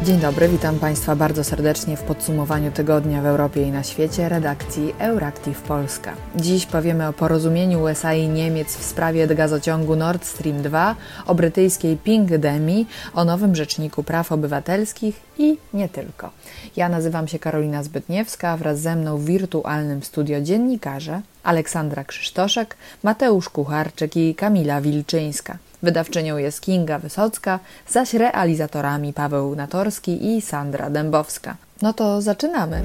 Dzień dobry, witam Państwa bardzo serdecznie w podsumowaniu tygodnia w Europie i na świecie redakcji Euractiv Polska. Dziś powiemy o porozumieniu USA i Niemiec w sprawie gazociągu Nord Stream 2, o brytyjskiej Pink-Demi, o nowym rzeczniku praw obywatelskich i nie tylko. Ja nazywam się Karolina Zbytniewska, wraz ze mną w wirtualnym studio dziennikarze Aleksandra Krzysztoszek, Mateusz Kucharczyk i Kamila Wilczyńska. Wydawczynią jest Kinga Wysocka, zaś realizatorami Paweł Natorski i Sandra Dębowska. No to zaczynamy.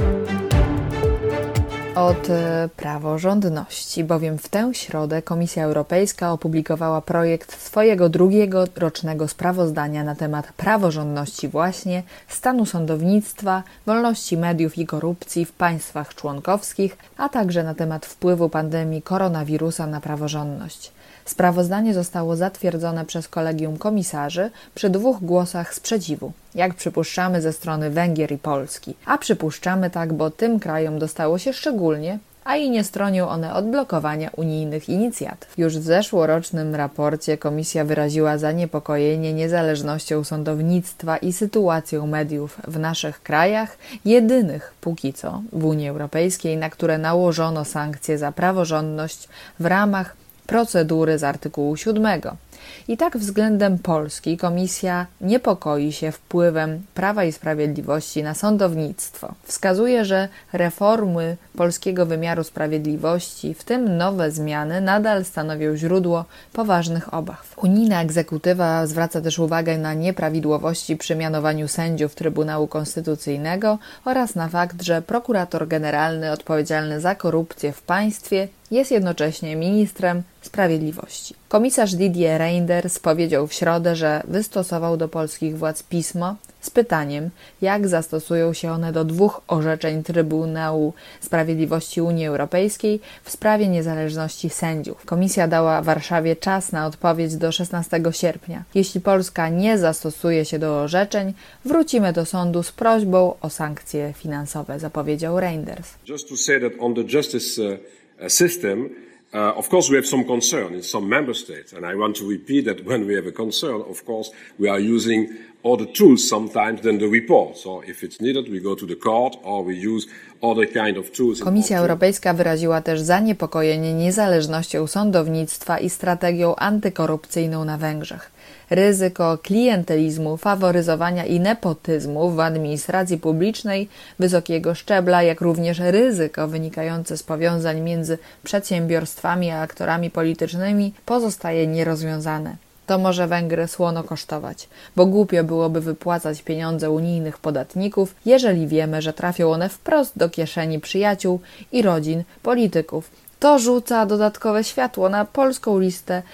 Od praworządności, bowiem w tę środę Komisja Europejska opublikowała projekt swojego drugiego rocznego sprawozdania na temat praworządności właśnie, stanu sądownictwa, wolności mediów i korupcji w państwach członkowskich, a także na temat wpływu pandemii koronawirusa na praworządność. Sprawozdanie zostało zatwierdzone przez Kolegium Komisarzy przy 2 głosach sprzeciwu, jak przypuszczamy ze strony Węgier i Polski. A przypuszczamy tak, bo tym krajom dostało się szczególnie, a i nie stronią one od blokowania unijnych inicjatyw. Już w zeszłorocznym raporcie Komisja wyraziła zaniepokojenie niezależnością sądownictwa i sytuacją mediów w naszych krajach, jedynych póki co w Unii Europejskiej, na które nałożono sankcje za praworządność w ramach procedury z artykułu 7. I tak względem Polski Komisja niepokoi się wpływem Prawa i Sprawiedliwości na sądownictwo. Wskazuje, że reformy polskiego wymiaru sprawiedliwości, w tym nowe zmiany, nadal stanowią źródło poważnych obaw. Unijna egzekutywa zwraca też uwagę na nieprawidłowości przy mianowaniu sędziów Trybunału Konstytucyjnego oraz na fakt, że prokurator generalny odpowiedzialny za korupcję w państwie jest jednocześnie ministrem sprawiedliwości. Komisarz Didier Reynders powiedział w środę, że wystosował do polskich władz pismo z pytaniem, jak zastosują się one do 2 orzeczeń Trybunału Sprawiedliwości Unii Europejskiej w sprawie niezależności sędziów. Komisja dała Warszawie czas na odpowiedź do 16 sierpnia. Jeśli Polska nie zastosuje się do orzeczeń, wrócimy do sądu z prośbą o sankcje finansowe, zapowiedział Reynders. Just to say that on the justice system, of course we have some concern in some member states, and I want to repeat that when we have a concern, of course we are using other tools sometimes than the report. So if it's needed, we go to the court or we use other kind of tools. Komisja Europejska wyraziła też zaniepokojenie niezależnością sądownictwa i strategią antykorupcyjną na Węgrzech. Ryzyko klientelizmu, faworyzowania i nepotyzmu w administracji publicznej wysokiego szczebla, jak również ryzyko wynikające z powiązań między przedsiębiorstwami a aktorami politycznymi pozostaje nierozwiązane. To może Węgry słono kosztować, bo głupio byłoby wypłacać pieniądze unijnych podatników, jeżeli wiemy, że trafią one wprost do kieszeni przyjaciół i rodzin polityków. To rzuca dodatkowe światło na polską listę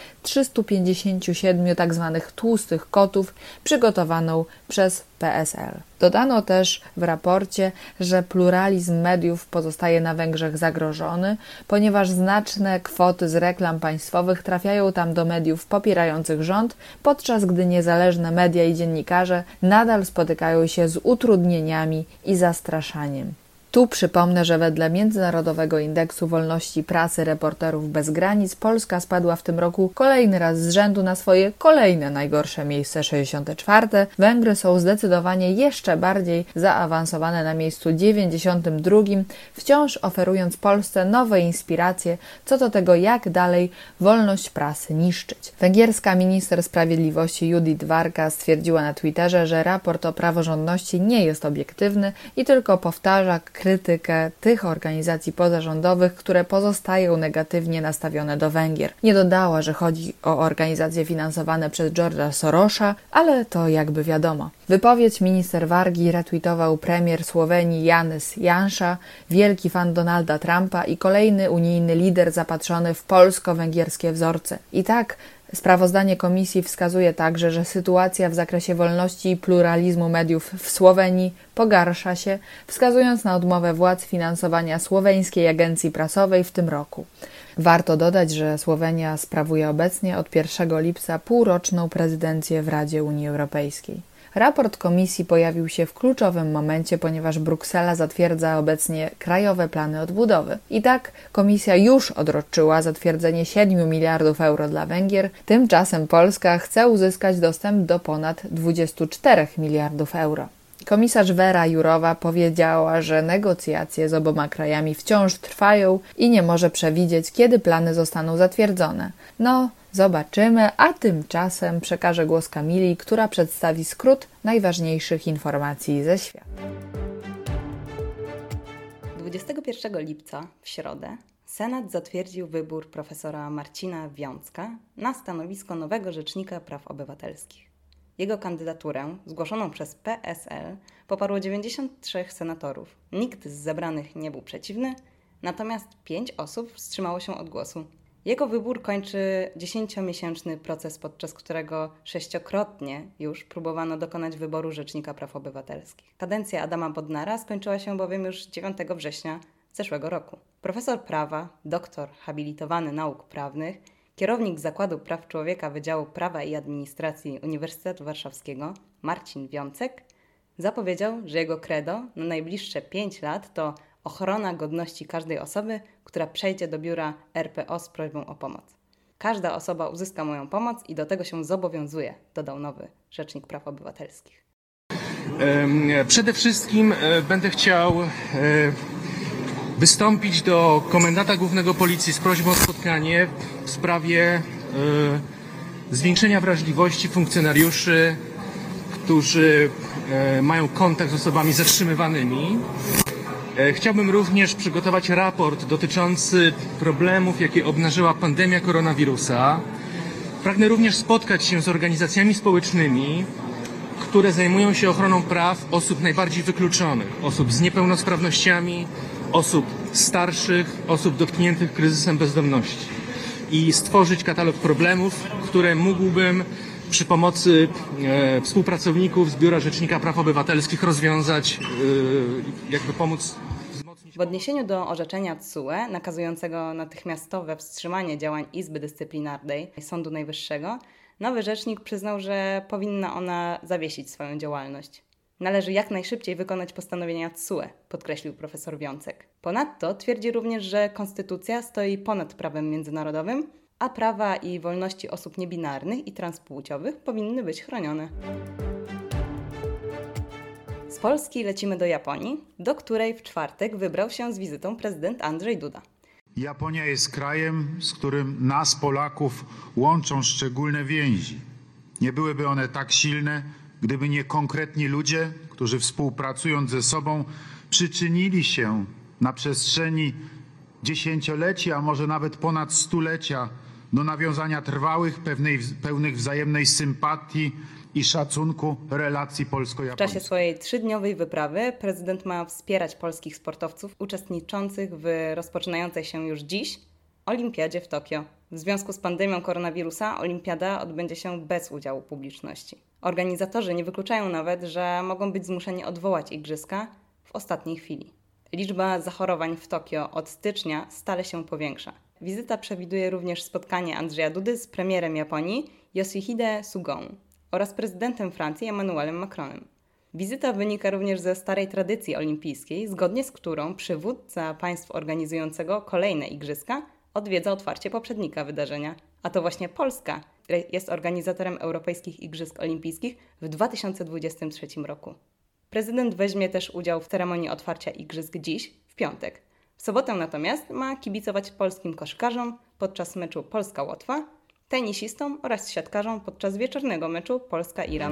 357 tzw. tłustych kotów przygotowaną przez PSL. Dodano też w raporcie, że pluralizm mediów pozostaje na Węgrzech zagrożony, ponieważ znaczne kwoty z reklam państwowych trafiają tam do mediów popierających rząd, podczas gdy niezależne media i dziennikarze nadal spotykają się z utrudnieniami i zastraszaniem. Tu przypomnę, że wedle Międzynarodowego Indeksu Wolności Prasy Reporterów Bez Granic Polska spadła w tym roku kolejny raz z rzędu na swoje kolejne najgorsze miejsce 64. Węgry są zdecydowanie jeszcze bardziej zaawansowane na miejscu 92, wciąż oferując Polsce nowe inspiracje co do tego, jak dalej wolność prasy niszczyć. Węgierska minister sprawiedliwości Judith Varga stwierdziła na Twitterze, że raport o praworządności nie jest obiektywny i tylko powtarza krytykę tych organizacji pozarządowych, które pozostają negatywnie nastawione do Węgier. Nie dodała, że chodzi o organizacje finansowane przez George'a Sorosa, ale to jakby wiadomo. Wypowiedź minister Vargi retweetował premier Słowenii Janez Janša, wielki fan Donalda Trumpa i kolejny unijny lider zapatrzony w polsko-węgierskie wzorce. I tak sprawozdanie komisji wskazuje także, że sytuacja w zakresie wolności i pluralizmu mediów w Słowenii pogarsza się, wskazując na odmowę władz finansowania słoweńskiej agencji prasowej w tym roku. Warto dodać, że Słowenia sprawuje obecnie od 1 lipca półroczną prezydencję w Radzie Unii Europejskiej. Raport komisji pojawił się w kluczowym momencie, ponieważ Bruksela zatwierdza obecnie krajowe plany odbudowy. I tak komisja już odroczyła zatwierdzenie 7 miliardów euro dla Węgier, tymczasem Polska chce uzyskać dostęp do ponad 24 miliardów euro. Komisarz Vera Jourová powiedziała, że negocjacje z oboma krajami wciąż trwają i nie może przewidzieć, kiedy plany zostaną zatwierdzone. No, zobaczymy, a tymczasem przekażę głos Kamili, która przedstawi skrót najważniejszych informacji ze świata. 21 lipca, w środę, Senat zatwierdził wybór profesora Marcina Wiącka na stanowisko nowego Rzecznika Praw Obywatelskich. Jego kandydaturę, zgłoszoną przez PSL, poparło 93 senatorów. Nikt z zebranych nie był przeciwny, natomiast 5 osób wstrzymało się od głosu. Jego wybór kończy 10-miesięczny proces, podczas którego 6-krotnie już próbowano dokonać wyboru Rzecznika Praw Obywatelskich. Kadencja Adama Bodnara skończyła się bowiem już 9 września zeszłego roku. Profesor prawa, doktor habilitowany nauk prawnych, kierownik Zakładu Praw Człowieka Wydziału Prawa i Administracji Uniwersytetu Warszawskiego, Marcin Wiącek, zapowiedział, że jego credo na najbliższe 5 lat to ochrona godności każdej osoby, która przejdzie do biura RPO z prośbą o pomoc. Każda osoba uzyska moją pomoc i do tego się zobowiązuje, dodał nowy Rzecznik Praw Obywatelskich. Przede wszystkim będę chciał wystąpić do komendanta głównego policji z prośbą o spotkanie w sprawie zwiększenia wrażliwości funkcjonariuszy, którzy mają kontakt z osobami zatrzymywanymi. Chciałbym również przygotować raport dotyczący problemów, jakie obnażyła pandemia koronawirusa. Pragnę również spotkać się z organizacjami społecznymi, które zajmują się ochroną praw osób najbardziej wykluczonych, osób z niepełnosprawnościami, osób starszych, osób dotkniętych kryzysem bezdomności i stworzyć katalog problemów, które mógłbym przy pomocy współpracowników z Biura Rzecznika Praw Obywatelskich rozwiązać, jakby pomóc wzmocnić. W odniesieniu do orzeczenia TSUE nakazującego natychmiastowe wstrzymanie działań Izby Dyscyplinarnej Sądu Najwyższego, nowy rzecznik przyznał, że powinna ona zawiesić swoją działalność. Należy jak najszybciej wykonać postanowienia TSUE, podkreślił profesor Wiącek. Ponadto twierdzi również, że konstytucja stoi ponad prawem międzynarodowym, a prawa i wolności osób niebinarnych i transpłciowych powinny być chronione. Z Polski lecimy do Japonii, do której w czwartek wybrał się z wizytą prezydent Andrzej Duda. Japonia jest krajem, z którym nas, Polaków, łączą szczególne więzi. Nie byłyby one tak silne, gdyby nie konkretni ludzie, którzy współpracując ze sobą przyczynili się na przestrzeni dziesięcioleci, a może nawet ponad stulecia do nawiązania trwałych, pełnych wzajemnej sympatii i szacunku relacji polsko-japońskich. W czasie swojej 3-dniowej wyprawy prezydent ma wspierać polskich sportowców uczestniczących w rozpoczynającej się już dziś Olimpiadzie w Tokio. W związku z pandemią koronawirusa olimpiada odbędzie się bez udziału publiczności. Organizatorzy nie wykluczają nawet, że mogą być zmuszeni odwołać igrzyska w ostatniej chwili. Liczba zachorowań w Tokio od stycznia stale się powiększa. Wizyta przewiduje również spotkanie Andrzeja Dudy z premierem Japonii Yoshihide Sugą oraz prezydentem Francji Emmanuelem Macronem. Wizyta wynika również ze starej tradycji olimpijskiej, zgodnie z którą przywódca państwa organizującego kolejne igrzyska odwiedza otwarcie poprzednika wydarzenia, a to właśnie Polska jest organizatorem Europejskich Igrzysk Olimpijskich w 2023 roku. Prezydent weźmie też udział w ceremonii otwarcia igrzysk dziś, w piątek. W sobotę natomiast ma kibicować polskim koszykarzom podczas meczu Polska-Łotwa, tenisistom oraz siatkarzom podczas wieczornego meczu Polska-Iran.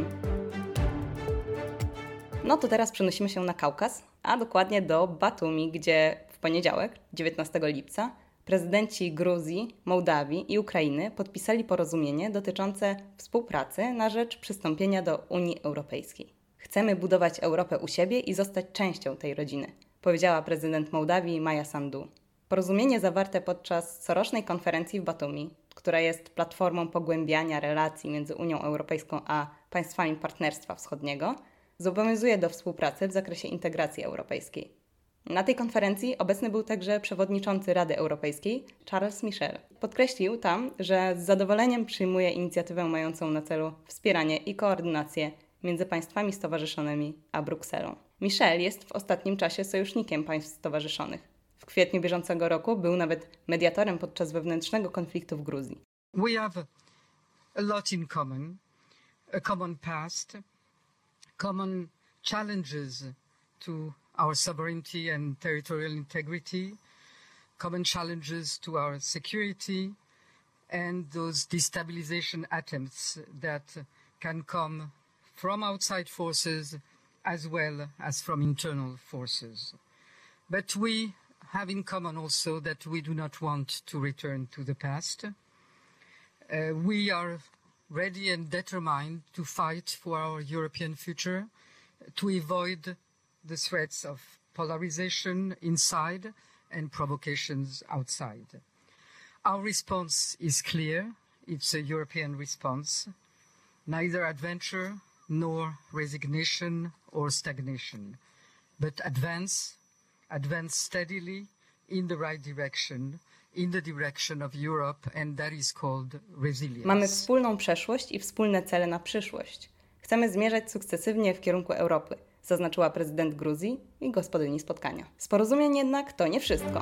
No to teraz przenosimy się na Kaukaz, a dokładnie do Batumi, gdzie w poniedziałek, 19 lipca, prezydenci Gruzji, Mołdawii i Ukrainy podpisali porozumienie dotyczące współpracy na rzecz przystąpienia do Unii Europejskiej. Chcemy budować Europę u siebie i zostać częścią tej rodziny, powiedziała prezydent Mołdawii Maja Sandu. Porozumienie zawarte podczas corocznej konferencji w Batumi, która jest platformą pogłębiania relacji między Unią Europejską a państwami Partnerstwa Wschodniego, zobowiązuje do współpracy w zakresie integracji europejskiej. Na tej konferencji obecny był także przewodniczący Rady Europejskiej Charles Michel. Podkreślił tam, że z zadowoleniem przyjmuje inicjatywę mającą na celu wspieranie i koordynację między państwami stowarzyszonymi a Brukselą. Michel jest w ostatnim czasie sojusznikiem państw stowarzyszonych. W kwietniu bieżącego roku był nawet mediatorem podczas wewnętrznego konfliktu w Gruzji. We have a lot in common, a common past, common challenges to our sovereignty and territorial integrity, common challenges to our security, and those destabilization attempts that can come from outside forces as well as from internal forces. But we have in common also that we do not want to return to the past. We are ready and determined to fight for our European future, to avoid the threats of polarization inside and provocations outside. Our response is clear. It's a European response. Neither adventure nor resignation or stagnation, but advance steadily in the right direction, in the direction of Europe, and that is called resilience. Mamy wspólną przeszłość i wspólne cele na przyszłość. Chcemy zmierzać sukcesywnie w kierunku Europy, zaznaczyła prezydent Gruzji i gospodyni spotkania. Z porozumień jednak to nie wszystko.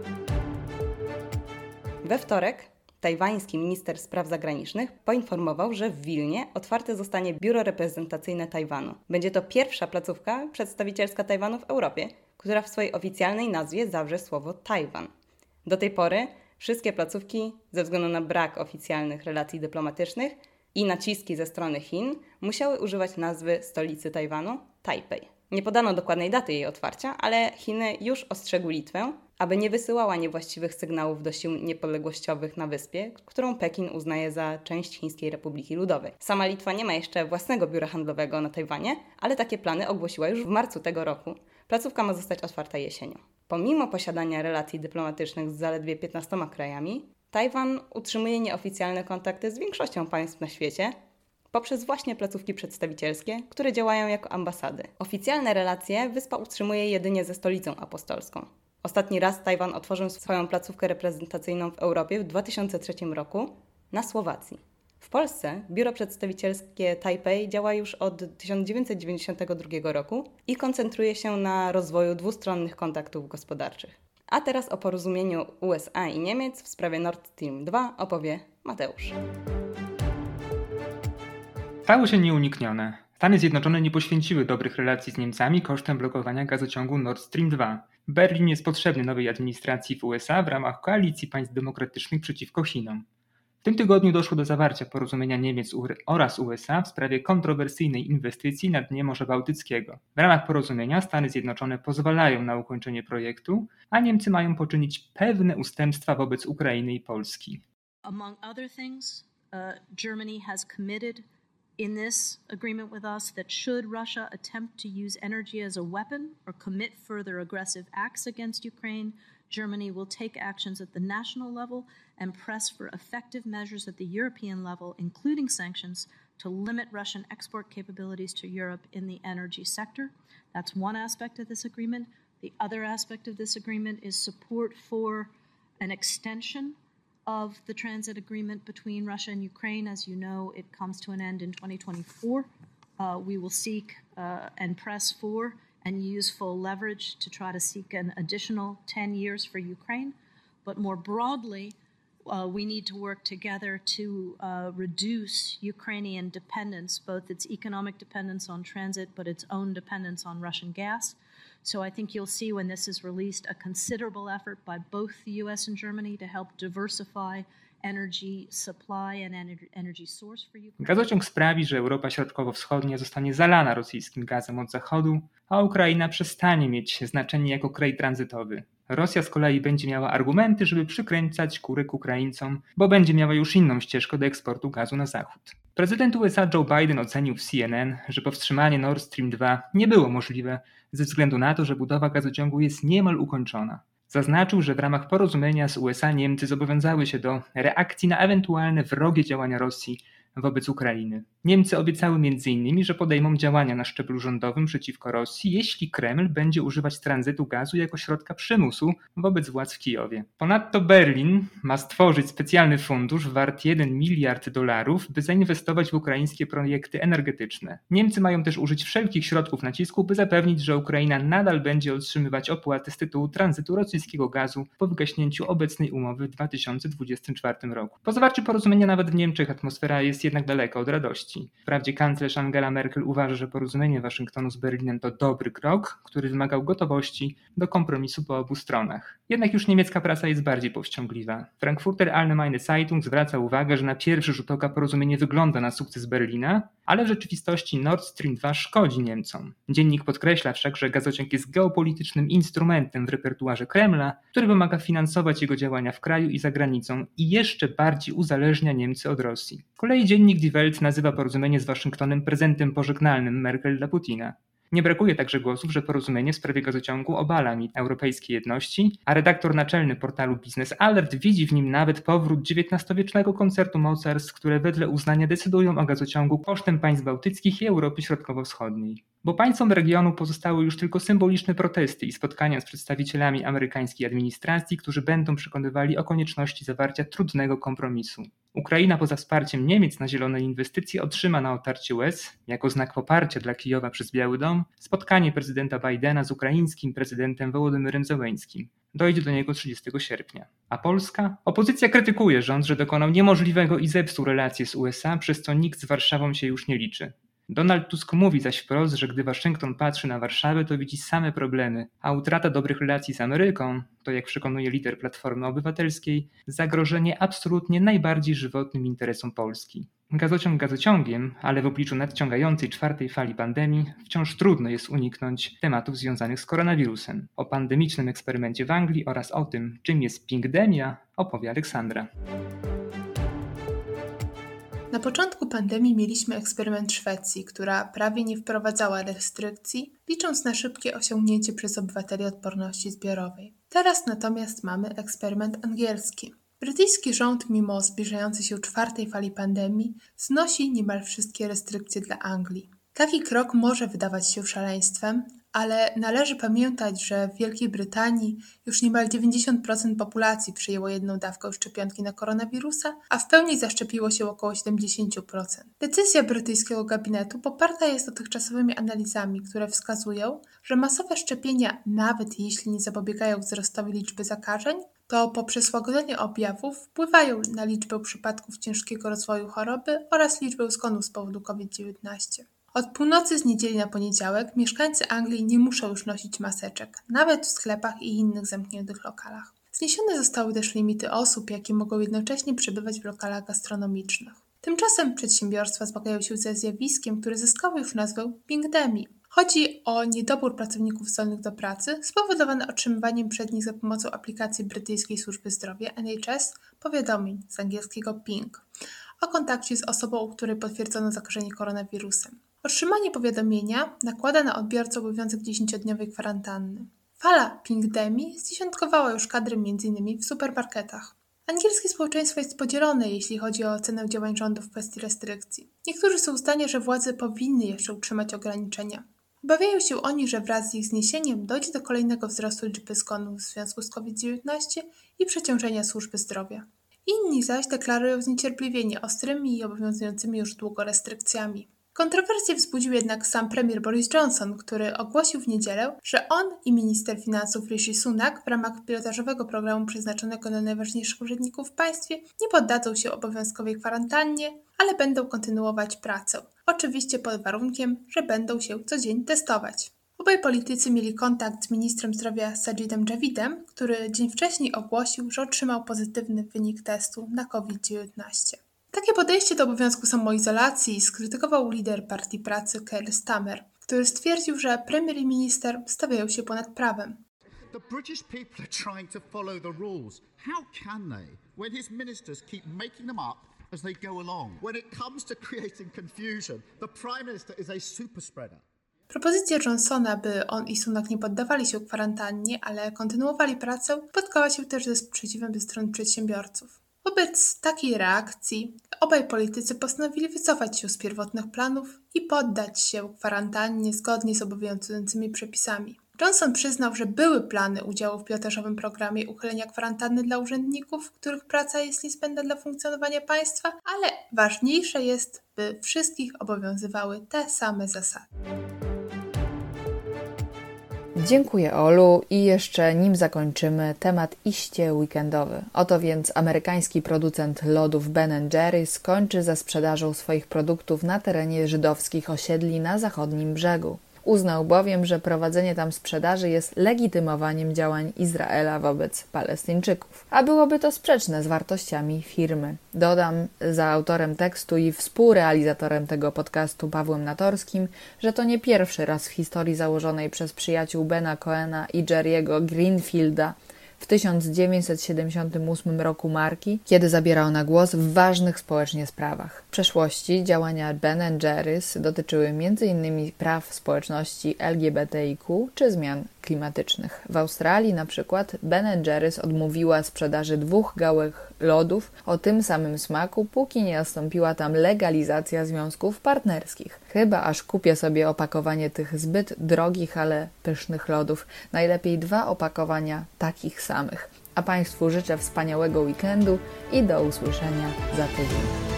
We wtorek tajwański minister spraw zagranicznych poinformował, że w Wilnie otwarte zostanie biuro reprezentacyjne Tajwanu. Będzie to pierwsza placówka przedstawicielska Tajwanu w Europie, która w swojej oficjalnej nazwie zawrze słowo Tajwan. Do tej pory wszystkie placówki, ze względu na brak oficjalnych relacji dyplomatycznych i naciski ze strony Chin, musiały używać nazwy stolicy Tajwanu Tajpej. Nie podano dokładnej daty jej otwarcia, ale Chiny już ostrzegły Litwę, aby nie wysyłała niewłaściwych sygnałów do sił niepodległościowych na wyspie, którą Pekin uznaje za część Chińskiej Republiki Ludowej. Sama Litwa nie ma jeszcze własnego biura handlowego na Tajwanie, ale takie plany ogłosiła już w marcu tego roku. Placówka ma zostać otwarta jesienią. Pomimo posiadania relacji dyplomatycznych z zaledwie 15 krajami, Tajwan utrzymuje nieoficjalne kontakty z większością państw na świecie poprzez właśnie placówki przedstawicielskie, które działają jako ambasady. Oficjalne relacje wyspa utrzymuje jedynie ze stolicą apostolską. Ostatni raz Tajwan otworzył swoją placówkę reprezentacyjną w Europie w 2003 roku na Słowacji. W Polsce biuro przedstawicielskie Tajpej działa już od 1992 roku i koncentruje się na rozwoju dwustronnych kontaktów gospodarczych. A teraz o porozumieniu USA i Niemiec w sprawie Nord Stream 2 opowie Mateusz. Stało się nieuniknione. Stany Zjednoczone nie poświęciły dobrych relacji z Niemcami kosztem blokowania gazociągu Nord Stream 2. Berlin jest potrzebny nowej administracji w USA w ramach koalicji państw demokratycznych przeciwko Chinom. W tym tygodniu doszło do zawarcia porozumienia Niemiec oraz USA w sprawie kontrowersyjnej inwestycji na dnie Morza Bałtyckiego. W ramach porozumienia Stany Zjednoczone pozwalają na ukończenie projektu, a Niemcy mają poczynić pewne ustępstwa wobec Ukrainy i Polski. Among other things, Germany has committed in this agreement with us that should Russia attempt to use energy as a weapon or commit further aggressive acts against Ukraine, Germany will take actions at the national level and press for effective measures at the European level, including sanctions, to limit Russian export capabilities to Europe in the energy sector. That's one aspect of this agreement. The other aspect of this agreement is support for an extension of the transit agreement between Russia and Ukraine. As you know, it comes to an end in 2024. We will seek and press for and use full leverage to try to seek an additional 10 years for Ukraine. But more broadly, we need to work together to reduce Ukrainian dependence, both its economic dependence on transit, but its own dependence on Russian gas. So I think you'll see when this is released a considerable effort by both the US and Germany to help diversify energy supply and energy source for Ukraine. Gazociąg sprawi, że Europa Środkowo-Wschodnia zostanie zalana rosyjskim gazem od zachodu, a Ukraina przestanie mieć znaczenie jako kraj tranzytowy. Rosja z kolei będzie miała argumenty, żeby przykręcać kuryk Ukraińcom, bo będzie miała już inną ścieżkę do eksportu gazu na zachód. Prezydent USA Joe Biden ocenił w CNN, że powstrzymanie Nord Stream 2 nie było możliwe ze względu na to, że budowa gazociągu jest niemal ukończona. Zaznaczył, że w ramach porozumienia z USA Niemcy zobowiązały się do reakcji na ewentualne wrogie działania Rosji wobec Ukrainy. Niemcy obiecały m.in., że podejmą działania na szczeblu rządowym przeciwko Rosji, jeśli Kreml będzie używać tranzytu gazu jako środka przymusu wobec władz w Kijowie. Ponadto Berlin ma stworzyć specjalny fundusz wart $1 miliard, by zainwestować w ukraińskie projekty energetyczne. Niemcy mają też użyć wszelkich środków nacisku, by zapewnić, że Ukraina nadal będzie otrzymywać opłaty z tytułu tranzytu rosyjskiego gazu po wygaśnięciu obecnej umowy w 2024 roku. Po zawarciu porozumienia nawet w Niemczech atmosfera jest jednak daleka od radości. Wprawdzie kanclerz Angela Merkel uważa, że porozumienie Waszyngtonu z Berlinem to dobry krok, który wymagał gotowości do kompromisu po obu stronach. Jednak już niemiecka prasa jest bardziej powściągliwa. Frankfurter Allgemeine Zeitung zwraca uwagę, że na pierwszy rzut oka porozumienie wygląda na sukces Berlina, ale w rzeczywistości Nord Stream 2 szkodzi Niemcom. Dziennik podkreśla wszak, że gazociąg jest geopolitycznym instrumentem w repertuarze Kremla, który wymaga finansować jego działania w kraju i za granicą i jeszcze bardziej uzależnia Niemcy od Rosji. Z kolei dziennik Die Welt nazywa porozumienie z Waszyngtonem prezentem pożegnalnym Merkel dla Putina. Nie brakuje także głosów, że porozumienie w sprawie gazociągu obala mit europejskiej jedności, a redaktor naczelny portalu Business Alert widzi w nim nawet powrót XIX-wiecznego koncertu mocarstw, które wedle uznania decydują o gazociągu kosztem państw bałtyckich i Europy Środkowo-Wschodniej. Bo państwom regionu pozostały już tylko symboliczne protesty i spotkania z przedstawicielami amerykańskiej administracji, którzy będą przekonywali o konieczności zawarcia trudnego kompromisu. Ukraina poza wsparciem Niemiec na zielone inwestycje otrzyma na otarcie łez, jako znak poparcia dla Kijowa przez Biały Dom, spotkanie prezydenta Bidena z ukraińskim prezydentem Wołodymyrem Zełeńskim. Dojdzie do niego 30 sierpnia. A Polska? Opozycja krytykuje rząd, że dokonał niemożliwego i zepsuł relacje z USA, przez co nikt z Warszawą się już nie liczy. Donald Tusk mówi zaś wprost, że gdy Waszyngton patrzy na Warszawę, to widzi same problemy, a utrata dobrych relacji z Ameryką to, jak przekonuje lider Platformy Obywatelskiej, zagrożenie absolutnie najbardziej żywotnym interesom Polski. Gazociąg gazociągiem, ale w obliczu nadciągającej 4. fali pandemii wciąż trudno jest uniknąć tematów związanych z koronawirusem. O pandemicznym eksperymencie w Anglii oraz o tym, czym jest pingdemia, opowie Aleksandra. Na początku pandemii mieliśmy eksperyment Szwecji, która prawie nie wprowadzała restrykcji, licząc na szybkie osiągnięcie przez obywateli odporności zbiorowej. Teraz natomiast mamy eksperyment angielski. Brytyjski rząd, mimo zbliżającej się 4. fali pandemii, znosi niemal wszystkie restrykcje dla Anglii. Taki krok może wydawać się szaleństwem, ale należy pamiętać, że w Wielkiej Brytanii już niemal 90% populacji przyjęło jedną dawkę szczepionki na koronawirusa, a w pełni zaszczepiło się około 70%. Decyzja brytyjskiego gabinetu poparta jest dotychczasowymi analizami, które wskazują, że masowe szczepienia, nawet jeśli nie zapobiegają wzrostowi liczby zakażeń, to poprzez łagodzenie objawów wpływają na liczbę przypadków ciężkiego rozwoju choroby oraz liczbę zgonów z powodu COVID-19. Od północy z niedzieli na poniedziałek mieszkańcy Anglii nie muszą już nosić maseczek, nawet w sklepach i innych zamkniętych lokalach. Zniesione zostały też limity osób, jakie mogą jednocześnie przebywać w lokalach gastronomicznych. Tymczasem przedsiębiorstwa zmagają się ze zjawiskiem, które zyskało już nazwę pingdemii. Chodzi o niedobór pracowników zdolnych do pracy spowodowany otrzymywaniem przez nich za pomocą aplikacji brytyjskiej służby zdrowia NHS powiadomień z angielskiego ping o kontakcie z osobą, u której potwierdzono zakażenie koronawirusem. Otrzymanie powiadomienia nakłada na odbiorcę obowiązek 10-dniowej kwarantanny. Fala pingdemii zdziesiątkowała już kadry m.in. w supermarketach. Angielskie społeczeństwo jest podzielone, jeśli chodzi o ocenę działań rządu w kwestii restrykcji. Niektórzy są zdania, że władze powinny jeszcze utrzymać ograniczenia. Obawiają się oni, że wraz z ich zniesieniem dojdzie do kolejnego wzrostu liczby zgonów w związku z COVID-19 i przeciążenia służby zdrowia. Inni zaś deklarują zniecierpliwienie ostrymi i obowiązującymi już długo restrykcjami. Kontrowersję wzbudził jednak sam premier Boris Johnson, który ogłosił w niedzielę, że on i minister finansów Rishi Sunak w ramach pilotażowego programu przeznaczonego dla najważniejszych urzędników w państwie nie poddadzą się obowiązkowej kwarantannie, ale będą kontynuować pracę. Oczywiście pod warunkiem, że będą się co dzień testować. Obaj politycy mieli kontakt z ministrem zdrowia Sajidem Javidem, który dzień wcześniej ogłosił, że otrzymał pozytywny wynik testu na COVID-19. Takie podejście do obowiązku samoizolacji skrytykował lider Partii Pracy Keir Starmer, który stwierdził, że premier i minister stawiają się ponad prawem. The British people are trying to follow the rules. How can they when his ministers keep making them up as they go along? When it comes to creating confusion, the prime minister is a super spreader. Propozycja Johnsona, by on i Sunak nie poddawali się kwarantannie, ale kontynuowali pracę, spotkała się też ze sprzeciwem ze strony przedsiębiorców. W Wobec takiej reakcji obaj politycy postanowili wycofać się z pierwotnych planów i poddać się kwarantannie zgodnie z obowiązującymi przepisami. Johnson przyznał, że były plany udziału w pilotażowym programie uchylenia kwarantanny dla urzędników, których praca jest niezbędna dla funkcjonowania państwa, ale ważniejsze jest, by wszystkich obowiązywały te same zasady. Dziękuję, Olu, i jeszcze nim zakończymy, temat iście weekendowy. Oto więc amerykański producent lodów Ben & Jerry's kończy ze sprzedażą swoich produktów na terenie żydowskich osiedli na zachodnim brzegu. Uznał bowiem, że prowadzenie tam sprzedaży jest legitymowaniem działań Izraela wobec Palestyńczyków, a byłoby to sprzeczne z wartościami firmy. Dodam za autorem tekstu i współrealizatorem tego podcastu Pawłem Natorskim, że to nie pierwszy raz w historii założonej przez przyjaciół Bena Cohena i Jerry'ego Greenfielda w 1978 roku marki, kiedy zabierał na głos w ważnych społecznie sprawach. W przeszłości działania Ben & Jerry's dotyczyły m.in. praw społeczności LGBTIQ czy zmian klimatycznych. W Australii na przykład Ben & Jerry's odmówiła sprzedaży 2 gałek lodów o tym samym smaku, póki nie nastąpiła tam legalizacja związków partnerskich. Chyba aż kupię sobie opakowanie tych zbyt drogich, ale pysznych lodów. Najlepiej 2 opakowania takich samych. A Państwu życzę wspaniałego weekendu i do usłyszenia za tydzień.